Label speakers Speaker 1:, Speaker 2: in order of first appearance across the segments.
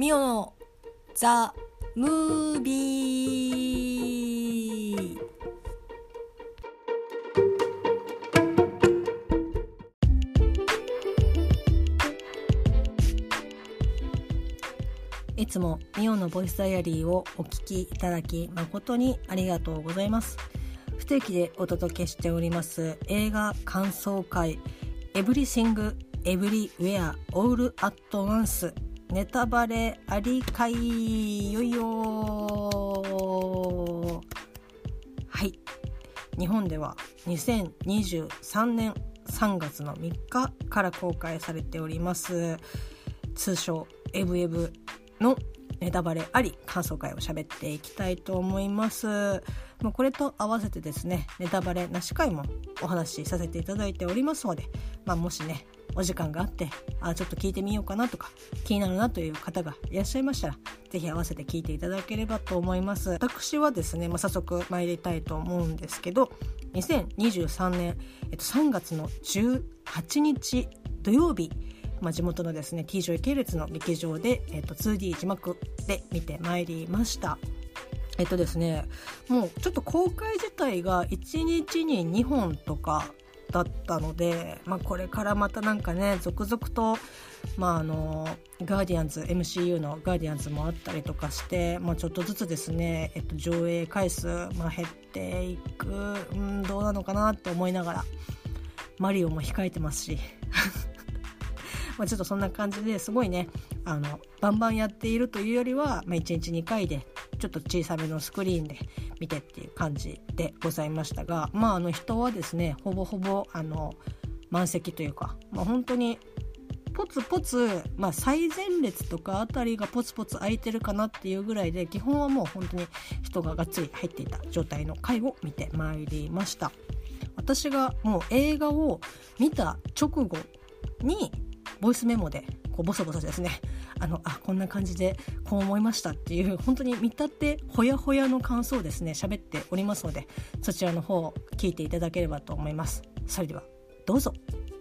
Speaker 1: ミオのザ・ムービー。いつもミオのボイスダイアリーをお聞きいただき誠にありがとうございます。不定期でお届けしております映画感想会エブリシングエブリウェアオールアットワンスネタバレあり会よいよ。はい、日本では2023年3月の3日から公開されております通称エブエブのネタバレあり感想会を喋っていきたいと思います。これと合わせてですね、ネタバレなし会もお話しさせていただいておりますので、もしねお時間があってちょっと聞いてみようかなとか気になるなという方がいらっしゃいましたら、ぜひ合わせて聞いていただければと思います。私はですね、早速参りたいと思うんですけど、2023年、3月の18日土曜日、地元のですね TJOY 系列の劇場で、2D 字幕で見てまいりました。ですね、もうちょっと公開自体が1日に2本とかだったので、これからまたなんかね続々と、ガーディアンズ MCU のガーディアンズもあったりとかして、ちょっとずつですね、上映回数、減っていく、どうなのかなって思いながら、マリオも控えてますしちょっとそんな感じですごいねバンバンやっているというよりは、1日2回でちょっと小さめのスクリーンで見てっていう感じでございましたが、人はですねほぼほぼ満席というか、本当にポツポツ、最前列とかあたりがポツポツ空いてるかなっていうぐらいで、基本はもう本当に人ががっつり入っていた状態の回を見てまいりました。私がもう映画を見た直後にボイスメモでボソボソですね、こんな感じでこう思いましたっていう、本当に見立てほやほやの感想をですね喋っておりますので、そちらの方を聞いていただければと思います。それではどうぞ。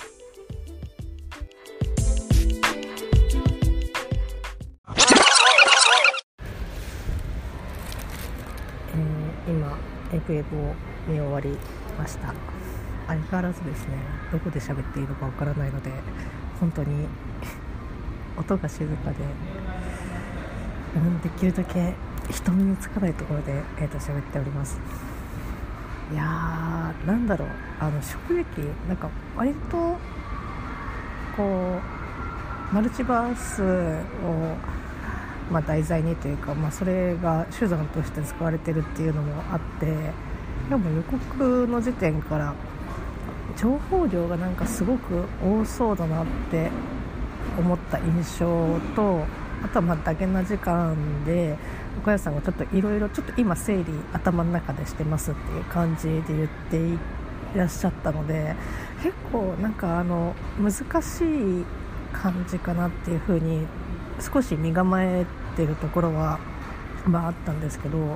Speaker 1: 今エブエブを見終わりました。相変わらずですね、どこで喋っていいのかわからないので、本当に音が静かで、できるだけ人目につかないところで、喋っております。いやー、なんだろう、衝撃、割とマルチバースを題材にというか、それが手段として使われてるっていうのもあって、でも予告の時点から情報量がすごく多そうだなって思った印象と、あとはだけな時間で岡谷さんがちょっといろいろ今整理頭の中でしてますっていう感じで言っていらっしゃったので、結構難しい感じかなっていう風に少し身構えてるところはあったんですけど、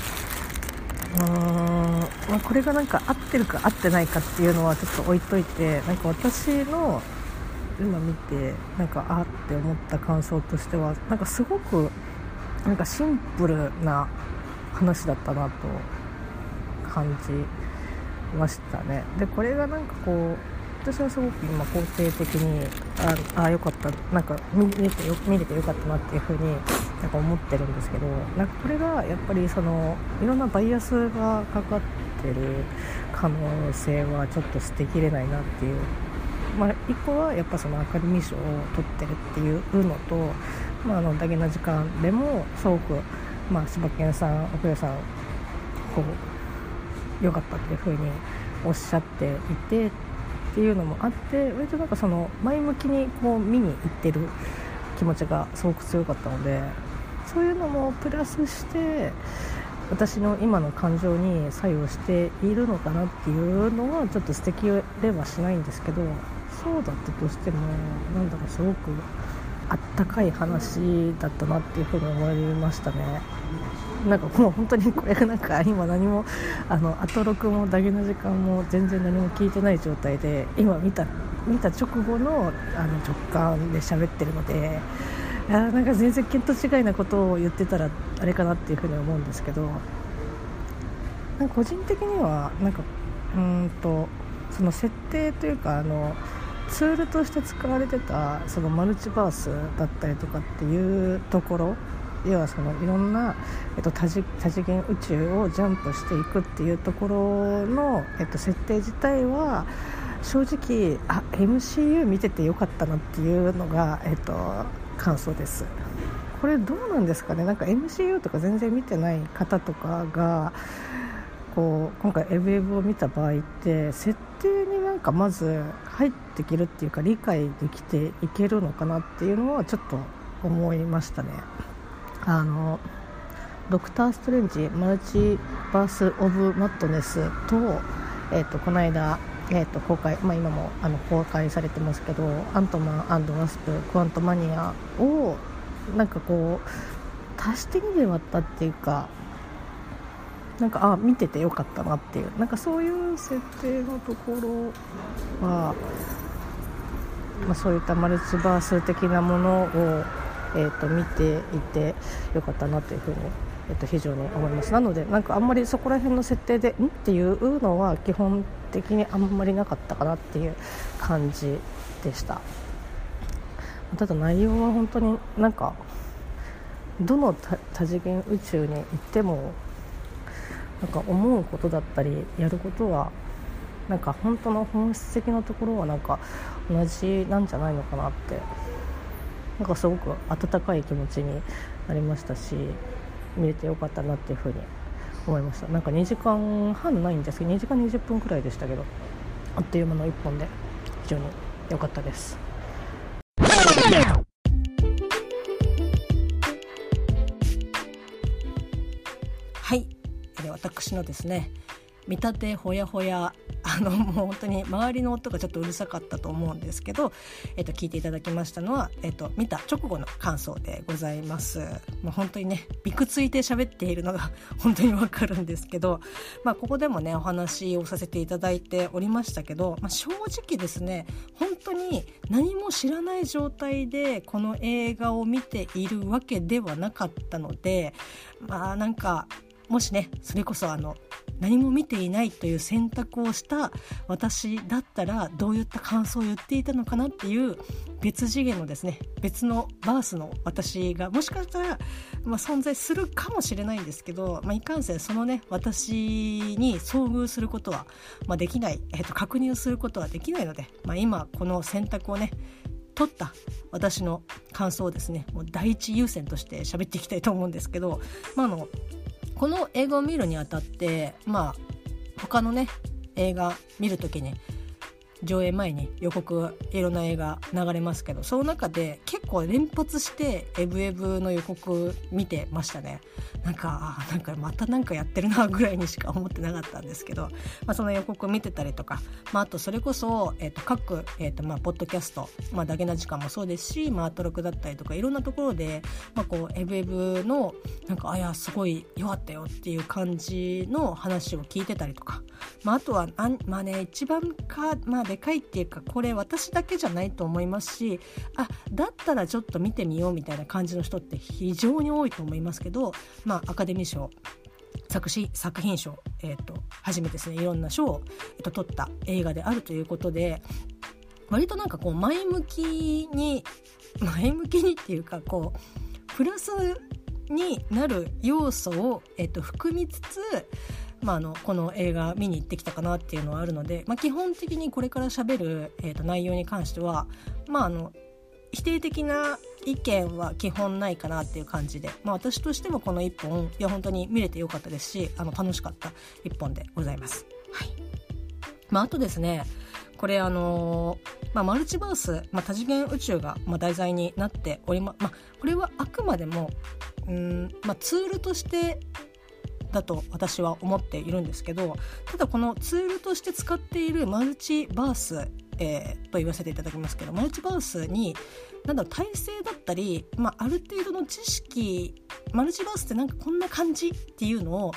Speaker 1: これが合ってるか合ってないかっていうのはちょっと置いといて、私の今見てって思った感想としては、すごくシンプルな話だったなと感じましたね。でこれが私はすごく今肯定的によかった、見れてよかったなっていうふうに思ってるんですけど、これがやっぱりいろんなバイアスがかかってる可能性はちょっと捨てきれないなっていう、一個はやっぱアカデミー賞を取ってるっていうのと、だけな時間でもすごく柴犬さん奥谷さん良かったっていうふうにおっしゃっていてっていうのもあって、割と前向きに見に行ってる気持ちがすごく強かったので、そういうのもプラスして私の今の感情に作用しているのかなっていうのはちょっと捨てきれはしないんですけど、そうだったとしてもすごくあったかい話だったなっていうふうに思いましたね。もう本当にこれが今何も後録もだけの時間も全然何も聞いてない状態で今見た直後の直感で喋ってるので、 なんか全然見当違いなことを言ってたらあれかなっていうふうに思うんですけど、なんか個人的にはなんかその設定というかツールとして使われてたそのマルチバースだったりとかっていうところ、要はそのいろんな、多次元宇宙をジャンプしていくっていうところの、設定自体は正直MCU 見ててよかったなっていうのが、感想です。これどうなんですかね。なんか MCU とか全然見てない方とかがこう今回エブエブを見た場合って設定になんかまず入ってきるっていうか理解できていけるのかなっていうのはちょっと思いましたね。ドクターストレンジマルチバースオブマッドネスと、この間、公開、今も公開されてますけど、アントマン&ワスプクワントマニアをなんかこう足して2で割ったっていうか、なんか見ててよかったなっていう、なんかそういう設定のところは、そういったマルチバース的なものを見ていてよかったなというふうに、非常に思います。なのでなんかあんまりそこら辺の設定でっていうのは基本的にあんまりなかったかなっていう感じでした。ただ内容は本当になんかどの多次元宇宙に行ってもなんか思うことだったりやることはなんか本当の本質的なところはなんか同じなんじゃないのかなって、なんかすごく温かい気持ちになりましたし、見れてよかったなっていうふうに思いました。なんか2時間半ないんですけど2時間20分くらいでしたけど、あっという間の1本で非常に良かったです。はい、私のですね見立てほやほやもう本当に周りの音がちょっとうるさかったと思うんですけど、聞いていただきましたのは、見た直後の感想でございます。もう本当にねびくついて喋っているのが本当にわかるんですけど、ここでもねお話をさせていただいておりましたけど、正直ですね本当に何も知らない状態でこの映画を見ているわけではなかったので、なんかもしねそれこそ何も見ていないという選択をした私だったらどういった感想を言っていたのかなっていう別次元のですね別のバースの私がもしかしたら、存在するかもしれないんですけど、いかんせんそのね私に遭遇することは、できない、確認することはできないので、今この選択をね取った私の感想をですねもう第一優先として喋っていきたいと思うんですけど、この映画を見るにあたって、他のね映画見るときに上映前に予告いろんな映画流れますけど、その中で結構連発してエブエブの予告見てましたね。なんかまたなんかやってるなぐらいにしか思ってなかったんですけど、その予告見てたりとか、あとそれこそ、各、ポッドキャスト、ダゲな時間もそうですし、アトロクだったりとかいろんなところで、こうエブエブのなんかすごい良かったよっていう感じの話を聞いてたりとか、あとは一番でかいっていうかこれ私だけじゃないと思いますし、だったらちょっと見てみようみたいな感じの人って非常に多いと思いますけど、アカデミー賞作品賞、はじめですねいろんな賞を、取った映画であるということで、割となんかこう前向きにっていうかこうプラスになる要素を、含みつつこの映画見に行ってきたかなっていうのはあるので、基本的にこれから喋る、内容に関しては否定的な意見は基本ないかなっていう感じで、私としてもこの一本本当に見れてよかったですし楽しかった一本でございます。はい。あとですねこれマルチバース、多次元宇宙が、題材になっておりこれはあくまでもツールとしてだと私は思っているんですけど、ただこのツールとして使っているマルチバース、と言わせていただきますけど、マルチバースに体制だったり、ある程度の知識、マルチバースってなんかこんな感じっていうのを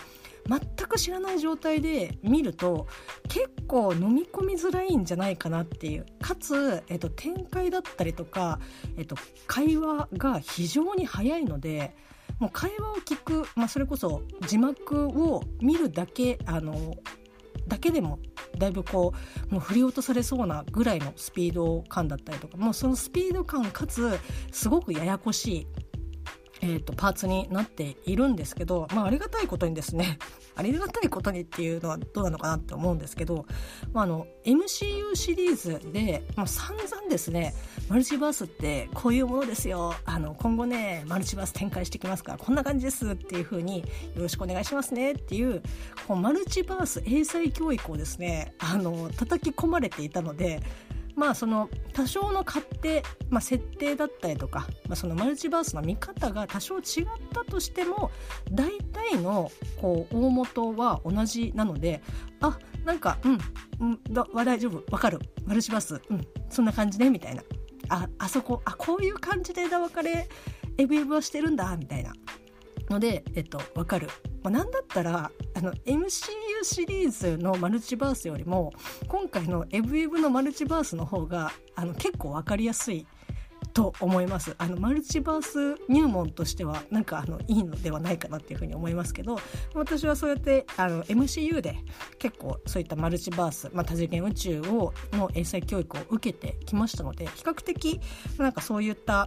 Speaker 1: 全く知らない状態で見ると結構飲み込みづらいんじゃないかなっていう、かつ、展開だったりとか、会話が非常に早いので、もう会話を聞く、それこそ字幕を見るだけでもだいぶもう振り落とされそうなぐらいのスピード感だったりとか、もうそのスピード感かつすごくややこしいパーツになっているんですけど、ありがたいことにですねありがたいことにっていうのはどうなのかなって思うんですけど、MCU シリーズで、散々ですね、マルチバースってこういうものですよ、今後ねマルチバース展開してきますからこんな感じですっていう風によろしくお願いしますねっていう、マルチバース英才教育をですね叩き込まれていたので、その多少の勝手、設定だったりとか、そのマルチバースの見方が多少違ったとしても大体の大元は同じなので、なんか大丈夫、わかる、マルチバース、そんな感じねみたいな、あそここういう感じで枝分かれエブエブはしてるんだみたいなのでわかる。なんだったらMCU シリーズのマルチバースよりも今回のエブエブのマルチバースの方が結構わかりやすいと思います。マルチバース入門としてはなんかいいのではないかなっていうふうに思いますけど、私はそうやってMCU で結構そういったマルチバース、多次元宇宙の英才教育を受けてきましたので、比較的なんかそういった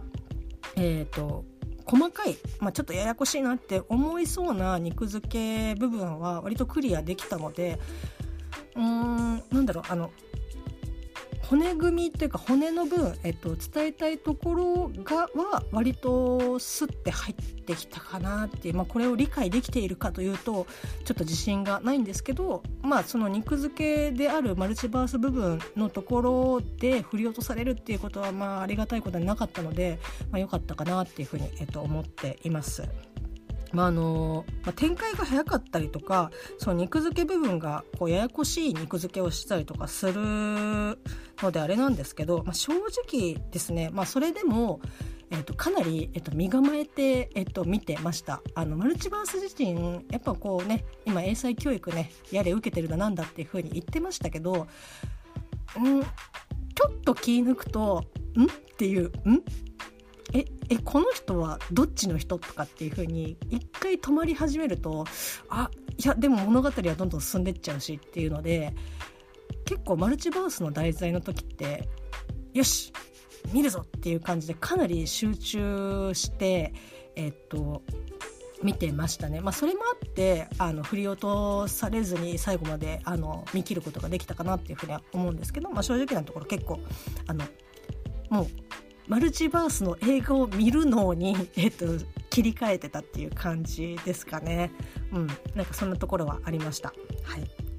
Speaker 1: 細かい、ちょっとややこしいなって思いそうな肉付け部分は割とクリアできたので、骨組みというか骨の分、伝えたいところは割とスッて入ってきたかなっていう、これを理解できているかというとちょっと自信がないんですけど、その肉付けであるマルチバース部分のところで振り落とされるっていうことはありがたいことになかったので、良かったかなっていうふうに、思っています。展開が早かったりとか、その肉付け部分がややこしい肉付けをしたりとかするのであれなんですけど、正直ですね、それでも、かなり、身構えて、見てました。マルチバース自身やっぱ今英才教育ねやれ受けてるだなんだっていう風に言ってましたけど、ちょっと気抜くとっていうこの人はどっちの人とかっていう風に一回止まり始めると、いやでも物語はどんどん進んでっちゃうしっていうので、結構マルチバースの題材の時ってよし見るぞっていう感じでかなり集中して見てましたね。それもあって振り落とされずに最後まで見切ることができたかなっていうふうには思うんですけど、正直なところ結構もうマルチバースの映画を見るのに、切り替えてたっていう感じですかね。なんかそんなところはありました。はい。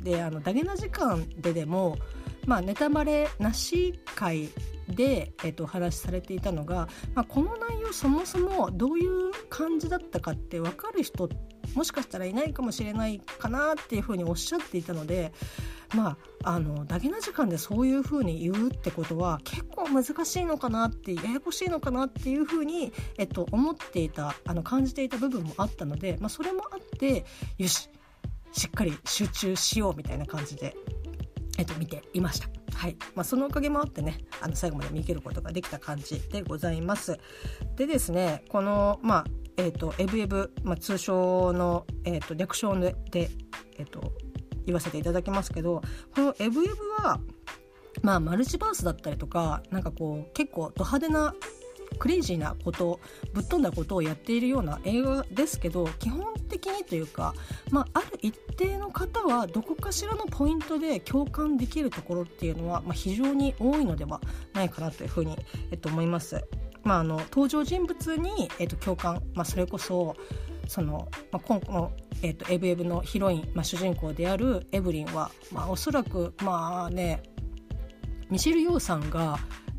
Speaker 1: でダゲな時間でもネタバレなし回で、お話しされていたのが、この内容そもそもどういう感じだったかって分かる人もしかしたらいないかもしれないかなっていうふうにおっしゃっていたので、ダゲな時間でそういう風に言うってことは結構難しいのかなってややこしいのかなっていう風に、思っていた感じていた部分もあったので、それもあってよししっかり集中しようみたいな感じで、見ていました。はい。そのおかげもあってね最後まで見切ることができた感じでございます。でですね、このエブエブ、通称の、略称で言わせていただきますけど、このエブエブはマルチバースだったりとか結構ド派手なクレイジーなことぶっ飛んだことをやっているような映画ですけど、基本的にというか、ある一定の方はどこかしらのポイントで共感できるところっていうのは、非常に多いのではないかなというふうに、思います。登場人物に、共感、それこそ今の、エブエブのヒロイン、主人公であるエブリンは、おそらくミシェル・ヨーさんが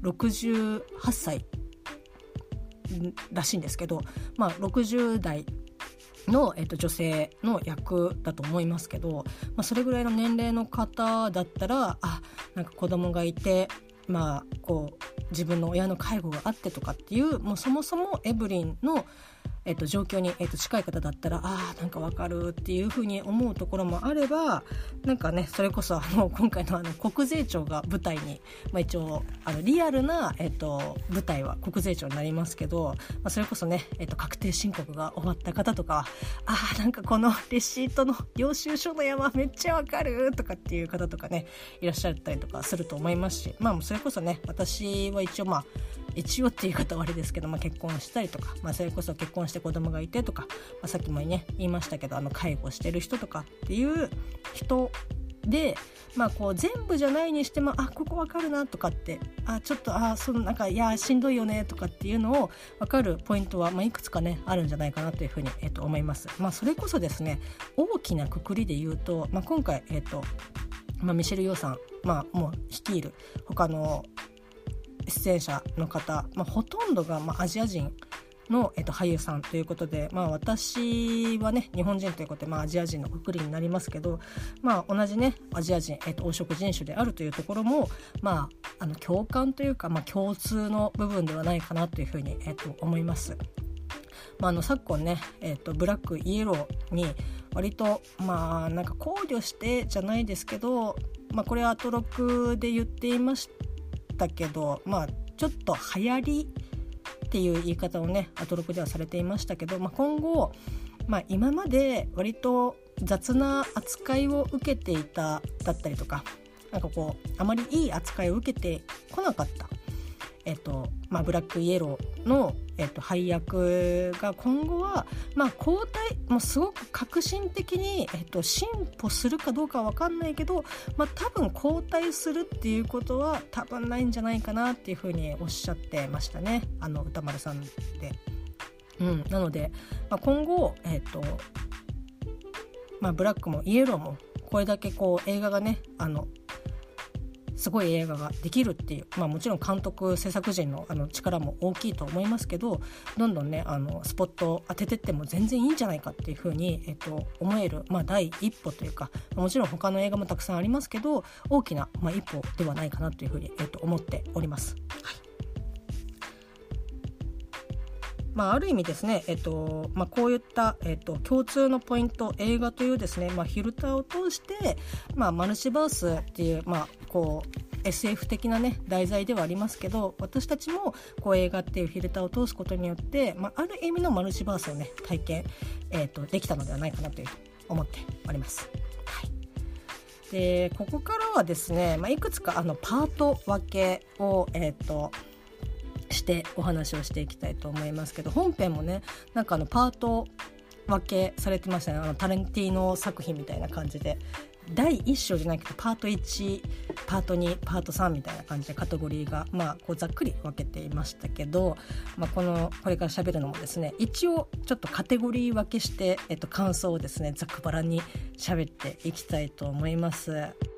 Speaker 1: 68歳らしいんですけど、60代の、女性の役だと思いますけど、それぐらいの年齢の方だったらなんか子供がいて自分の親の介護があってとかっていう、もうそもそもエブリンの状況に、近い方だったらなんかわかるっていうふうに思うところもあれば、なんかねそれこそ今回の国税庁が舞台に、一応リアルな、舞台は国税庁になりますけど、それこそね、確定申告が終わった方とかなんかこのレシートの領収書の山めっちゃわかるとかっていう方とかねいらっしゃったりとかすると思いますし、それこそね私は一応っていう言い方はあれですけど、結婚したりとか、それこそ結婚して子供がいてとか、さっきもね言いましたけど介護してる人とかっていう人で、こう全部じゃないにしてもここわかるなとかってちょっとなんかしんどいよねとかっていうのをわかるポイントは、いくつかねあるんじゃないかなというふうに、思います。それこそですね大きな括りで言うと、今回ミシェル・ヨーさん、もう率いる他の出演者の方、ほとんどがアジア人の、俳優さんということで、私はね日本人ということで、アジア人の括りになりますけど、同じねアジア人、黄色人種であるというところも、共感というか、共通の部分ではないかなというふうに、思います。昨今ね、ブラックイエローに割となんか考慮してじゃないですけど、これはアトロクで言っていましたけど、ちょっと流行りっていう言い方をねアトロクではされていましたけど、今後、今まで割と雑な扱いを受けていただったりとか、なんかこうあまりいい扱いを受けてこなかった、ブラックイエローの、配役が今後は、交代もうすごく革新的に、進歩するかどうかは分かんないけど、多分交代するっていうことは多分ないんじゃないかなっていうふうにおっしゃってましたね、歌丸さんで。なので、今後、ブラックもイエローもこれだけこう映画がねすごい映画ができるっていう、もちろん監督制作陣の力も大きいと思いますけど、どんどんねスポットを当ててっても全然いいんじゃないかっていうふうに、思える、第一歩というか、もちろん他の映画もたくさんありますけど大きな、一歩ではないかなというふうに、思っております。ある意味ですね、こういった、共通のポイント、映画というですね、フィルターを通して、マルチバースっていう、こう SF 的なね題材ではありますけど、私たちもこう映画っていうフィルターを通すことによって、ある意味のマルチバースをね体験、できたのではないかなという思っております。でここからはですね、いくつかパート分けをしてお話をしていきたいと思いますけど、本編もねなんかパート分けされてましたね。タレンティーノ作品みたいな感じで第1章じゃなくてパート1パート2パート3みたいな感じでカテゴリーがこうざっくり分けていましたけど、これから喋るのもですね一応ちょっとカテゴリー分けして、感想をですねざっくばらんに喋っていきたいと思います。